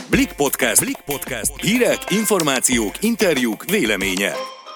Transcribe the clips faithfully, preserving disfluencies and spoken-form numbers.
Blik Podcast. Blik Podcast. Hírek, információk, interjúk, véleménye.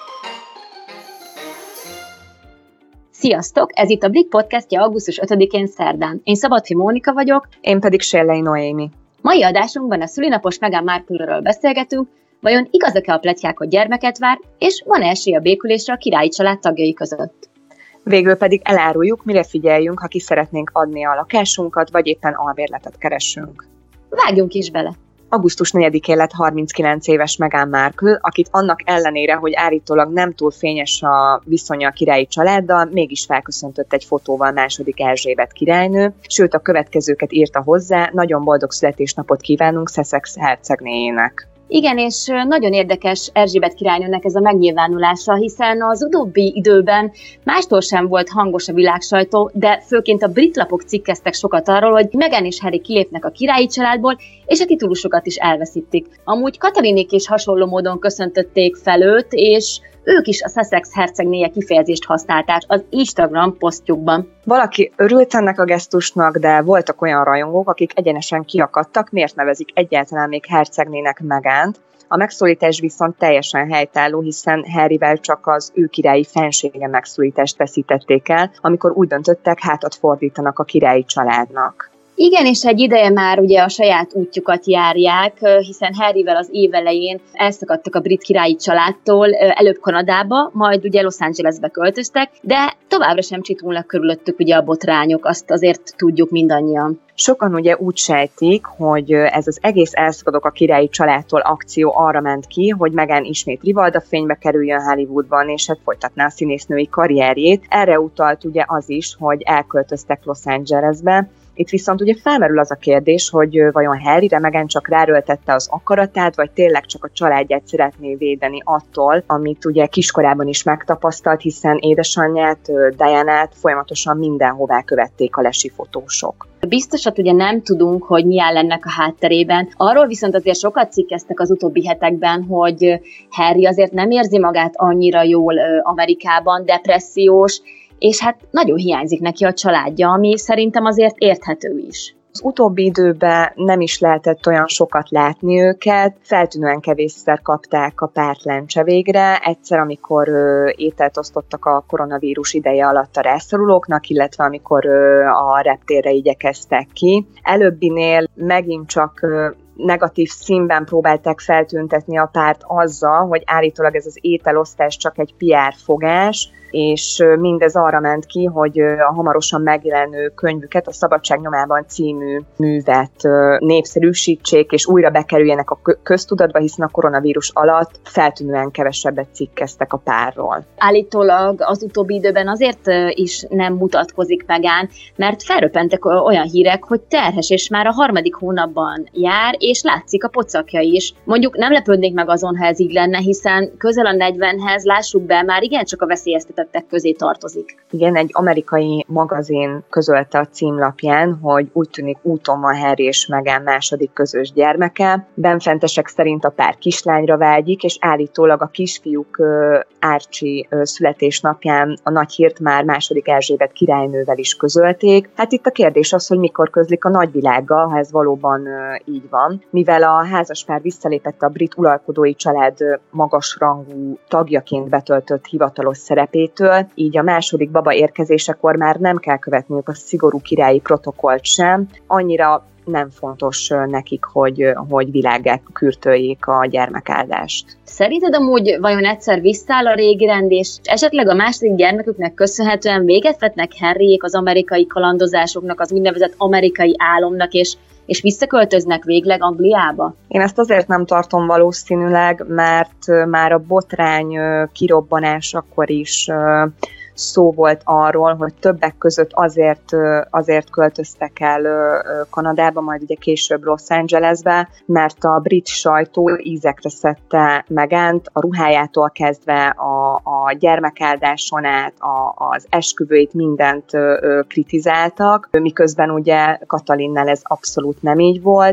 Sziasztok! Ez itt a Blik Podcastja augusztus ötödikén szerdán. Én Szabadfi Mónika vagyok. Én pedig Sérlei Noémi. Mai adásunkban a szülinapos Meghan Markle-ről beszélgetünk, vajon igazak-e a pletykák, hogy gyermeket vár, és van-e esély a békülésre a királyi család tagjai között? Végül pedig eláruljuk, mire figyeljünk, ha ki szeretnénk adni a lakásunkat, vagy éppen albérletet keresünk. Vágjunk is bele! augusztus negyedikén lett harminckilenc éves Meghan Markle, akit annak ellenére, hogy állítólag nem túl fényes a viszonya a királyi családdal, mégis felköszöntött egy fotóval második Erzsébet királynő, sőt a következőket írta hozzá: nagyon boldog születésnapot kívánunk Sussex hercegnéjének. Igen, és nagyon érdekes Erzsébet királynőnek ez a megnyilvánulása, hiszen az utóbbi időben mástól sem volt hangos a világsajtó, de főként a brit lapok cikkeztek sokat arról, hogy Meghan és Harry kilépnek a királyi családból, és a titulusokat is elveszítik. Amúgy Katalinék is hasonló módon köszöntötték fel őt, és ők is a Sussex hercegnéje kifejezést használták az Instagram posztjukban. Valaki örült ennek a gesztusnak, de voltak olyan rajongók, akik egyenesen kiakadtak, miért nevezik egyáltalán még hercegnének Meghant. A megszólítás viszont teljesen helytálló, hiszen Harryvel csak az ő királyi fensége megszólítást veszítették el, amikor úgy döntöttek, hátat fordítanak a királyi családnak. Igen, és egy ideje már ugye a saját útjukat járják, hiszen Harryvel az év elején elszakadtak a brit királyi családtól, előbb Kanadába, majd ugye Los Angelesbe költöztek, de továbbra sem csitulnak körülöttük ugye a botrányok, azt azért tudjuk mindannyian. Sokan ugye úgy sejtik, hogy ez az egész elszakadok a királyi családtól akció arra ment ki, hogy Meghan ismét rivaldafénybe kerüljön Hollywoodban, és hát folytatná a színésznői karrierjét. Erre utalt ugye az is, hogy elköltöztek Los Angelesbe. Itt viszont ugye felmerül az a kérdés, hogy vajon Harryre Meghan csak ráröltette az akaratát, vagy tényleg csak a családját szeretné védeni attól, amit ugye kiskorában is megtapasztalt, hiszen édesanyját, Dianát folyamatosan mindenhová követték a lesi fotósok. Biztosat ugye nem tudunk, hogy mi áll ennek a hátterében. Arról viszont azért sokat cikkeztek az utóbbi hetekben, hogy Harry azért nem érzi magát annyira jól Amerikában, depressziós, és hát nagyon hiányzik neki a családja, ami szerintem azért érthető is. Az utóbbi időben nem is lehetett olyan sokat látni őket, feltűnően kevésszer kapták a párt lencse végre, egyszer, amikor ö, ételt osztottak a koronavírus ideje alatt a rászorulóknak, illetve amikor ö, a reptérre igyekeztek ki. Előbbinél megint csak ö, negatív színben próbálták feltüntetni a párt azzal, hogy állítólag ez az ételosztás csak egy pé er fogás, és mindez arra ment ki, hogy a hamarosan megjelenő könyvüket, a Szabadság nyomában című művet népszerűsítsék, és újra bekerüljenek a köztudatba, hiszen a koronavírus alatt feltűnően kevesebbet cikkeztek a párról. Állítólag az utóbbi időben azért is nem mutatkozik Meghan, mert felröppentek olyan hírek, hogy terhes, és már a harmadik hónapban jár, és látszik a pocakja is. Mondjuk nem lepődnék meg azon, ha ez így lenne, hiszen közel a negyvenhez, lássuk be, már igencsak a veszélyeztetettek közé tartozik. Igen, egy amerikai magazin közölte a címlapján, hogy úgy tűnik úton van Harry és Meghan második közös gyermeke. Benfentesek szerint a pár kislányra vágyik, és állítólag a kisfiúk Archie születésnapján a nagy hírt már második Erzsébet királynővel is közölték. Hát itt a kérdés az, hogy mikor közlik a nagyvilággal, ha ez valóban így van. Mivel a házaspár visszalépett a brit uralkodói család magasrangú tagjaként betöltött hivatalos szerepétől, így a második baba érkezésekor már nem kell követniük a szigorú királyi protokollt sem. Annyira nem fontos nekik, hogy, hogy világgá kürtöljék a gyermekáldást. Szerinted amúgy vajon egyszer visszáll a régi rend, és esetleg a második gyermeküknek köszönhetően véget vetnek Harryék az amerikai kalandozásoknak, az úgynevezett amerikai álomnak, és és visszaköltöznek végleg Angliába? Én ezt azért nem tartom valószínűleg, mert már a botrány kirobbanásakor is szó volt arról, hogy többek között azért, azért költöztek el Kanadába, majd ugye később Los Angelesbe, mert a brit sajtó ízekre szedte Meghant, a ruhájától kezdve a, a gyermekáldáson át, a, az esküvőit, mindent kritizáltak, miközben ugye Katalinnál ez abszolút nem így volt.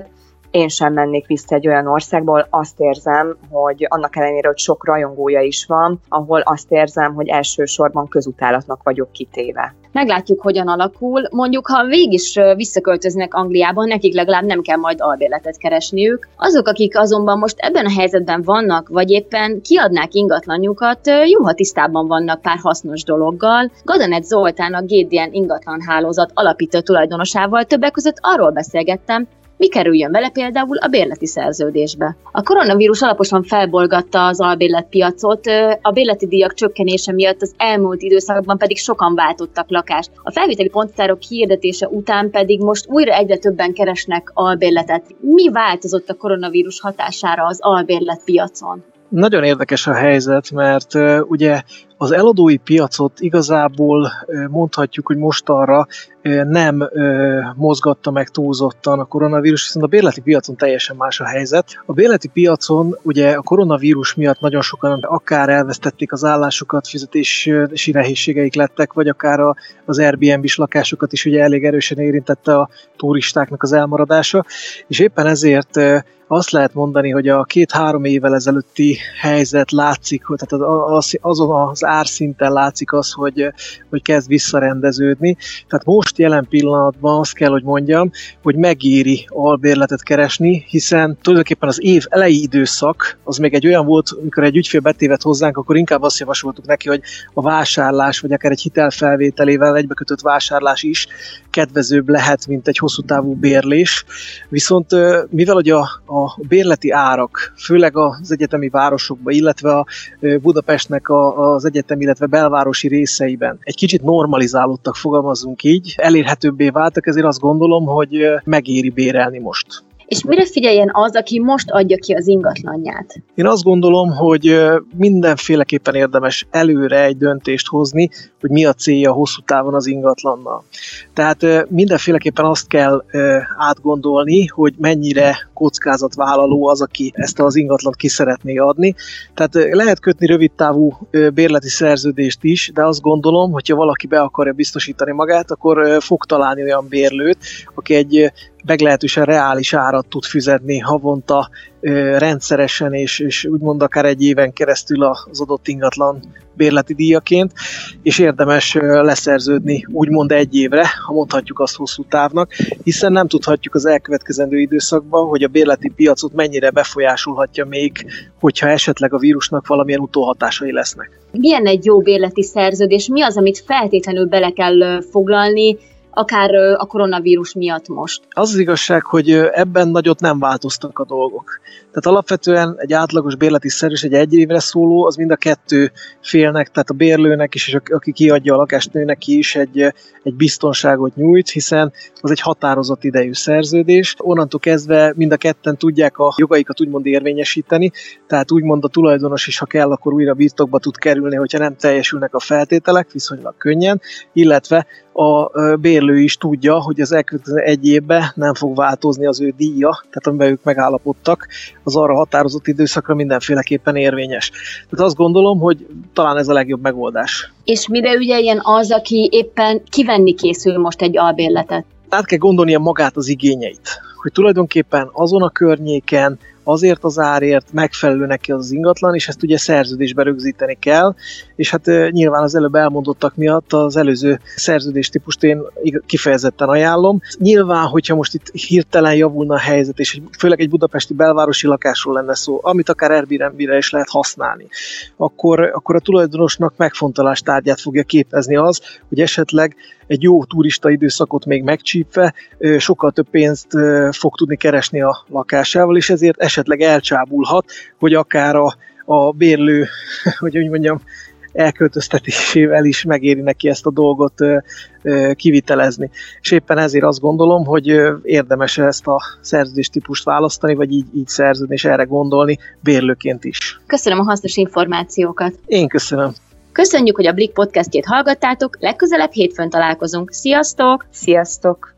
Én sem mennék vissza egy olyan országból, azt érzem, hogy annak ellenére, hogy sok rajongója is van, ahol azt érzem, hogy elsősorban közutálatnak vagyok kitéve. Meglátjuk, hogyan alakul. Mondjuk, ha végig is visszaköltöznek Angliában, nekik legalább nem kell majd albérletet keresniük. Azok, akik azonban most ebben a helyzetben vannak, vagy éppen kiadnák ingatlanjukat, jó, ha tisztában vannak pár hasznos dologgal. Gadanett Zoltán, a gé dé en ingatlan hálózat alapító tulajdonosával többek között arról beszélgettem, mi kerüljön bele például a bérleti szerződésbe. A koronavírus alaposan felbolgatta az albérletpiacot, a bérleti díjak csökkenése miatt az elmúlt időszakban pedig sokan váltottak lakást. A felvételi ponthatárok hirdetése után pedig most újra egyre többen keresnek albérletet. Mi változott a koronavírus hatására az albérletpiacon? Nagyon érdekes a helyzet, mert uh, ugye az eladói piacot igazából uh, mondhatjuk, hogy mostanra uh, nem uh, mozgatta meg túlzottan a koronavírus, viszont a bérleti piacon teljesen más a helyzet. A bérleti piacon ugye a koronavírus miatt nagyon sokan akár elvesztették az állásukat, fizetési nehézségeik lettek, vagy akár a, az Airbnb-s lakásokat is ugye elég erősen érintette a turistáknak az elmaradása, és éppen ezért uh, azt lehet mondani, hogy a két-három évvel ezelőtti helyzet látszik, hogy tehát az, azon az árszinten látszik az, hogy, hogy kezd visszarendeződni. Tehát most jelen pillanatban azt kell, hogy mondjam, hogy megéri albérletet keresni, hiszen tulajdonképpen az év elejé időszak, az még egy olyan volt, amikor egy ügyfél betévet hozzánk, akkor inkább azt javasoltuk neki, hogy a vásárlás, vagy akár egy hitelfelvételével egybekötött vásárlás is kedvezőbb lehet, mint egy hosszú távú bérlés. Viszont mivel hogy a, a bérleti árak, főleg az egyetemi városokban, illetve a Budapestnek a, az egyetem, illetve belvárosi részeiben egy kicsit normalizálódtak, fogalmazzunk így, elérhetőbbé váltak, ezért azt gondolom, hogy megéri bérelni most. És mire figyeljen az, aki most adja ki az ingatlanját? Én azt gondolom, hogy mindenféleképpen érdemes előre egy döntést hozni, hogy mi a célja hosszú távon az ingatlannal. Tehát mindenféleképpen azt kell átgondolni, hogy mennyire kockázatvállaló az, aki ezt az ingatlant ki szeretné adni. Tehát lehet kötni rövidtávú bérleti szerződést is, de azt gondolom, hogyha valaki be akarja biztosítani magát, akkor fog találni olyan bérlőt, aki egy meglehetősen reális árat tud fizetni havonta ö, rendszeresen, és, és úgymond akár egy éven keresztül az adott ingatlan bérleti díjaként, és érdemes ö, leszerződni úgymond egy évre, ha mondhatjuk azt hosszú távnak, hiszen nem tudhatjuk az elkövetkezendő időszakban, hogy a bérleti piacot mennyire befolyásolhatja még, hogyha esetleg a vírusnak valamilyen utóhatásai lesznek. Milyen egy jó bérleti szerződés? Mi az, amit feltétlenül bele kell foglalni, akár a koronavírus miatt most? Az az igazság, hogy ebben nagyot nem változtak a dolgok. Tehát alapvetően egy átlagos bérleti szerződés, egy egy évre szóló, az mind a kettő félnek, tehát a bérlőnek is, és aki kiadja a lakást, nőnek is egy, egy biztonságot nyújt, hiszen az egy határozott idejű szerződés. Onnantól kezdve mind a ketten tudják a jogaikat úgymond érvényesíteni, tehát úgymond a tulajdonos is, ha kell, akkor újra birtokba tud kerülni, hogyha nem teljesülnek a feltételek, viszonylag könnyen, illetve a bérlő is tudja, hogy az elkövetkező egy évben nem fog változni az ő díja, tehát amiben ők megállapodtak, az arra határozott időszakra mindenféleképpen érvényes. Tehát azt gondolom, hogy talán ez a legjobb megoldás. És mire ügyeljen az, aki éppen kivenni készül most egy albérletet? Át kell gondolnia magát az igényeit, hogy tulajdonképpen azon a környéken, azért az árért megfelelő neki az ingatlan, és ezt ugye szerződésbe rögzíteni kell, és hát nyilván az előbb elmondottak miatt az előző szerződéstípust én kifejezetten ajánlom. Nyilván, hogyha most itt hirtelen javulna a helyzet, és főleg egy budapesti belvárosi lakásról lenne szó, amit akár Airbnb-re is lehet használni, akkor, akkor a tulajdonosnak megfontolás tárgyát fogja képezni az, hogy esetleg egy jó turista időszakot még megcsípve sokkal több pénzt fog tudni keresni a lakásával, és ezért esetleg elcsábulhat, hogy akár a, a bérlő, hogy úgy mondjam, elköltöztetésével is megéri neki ezt a dolgot ö, ö, kivitelezni. És éppen ezért azt gondolom, hogy érdemes ezt a szerződéstípust választani, vagy így, így szerződni, és erre gondolni bérlőként is. Köszönöm a hasznos információkat. Én köszönöm. Köszönjük, hogy a Blik podcastjét hallgattátok, legközelebb hétfőn találkozunk. Sziasztok! Sziasztok!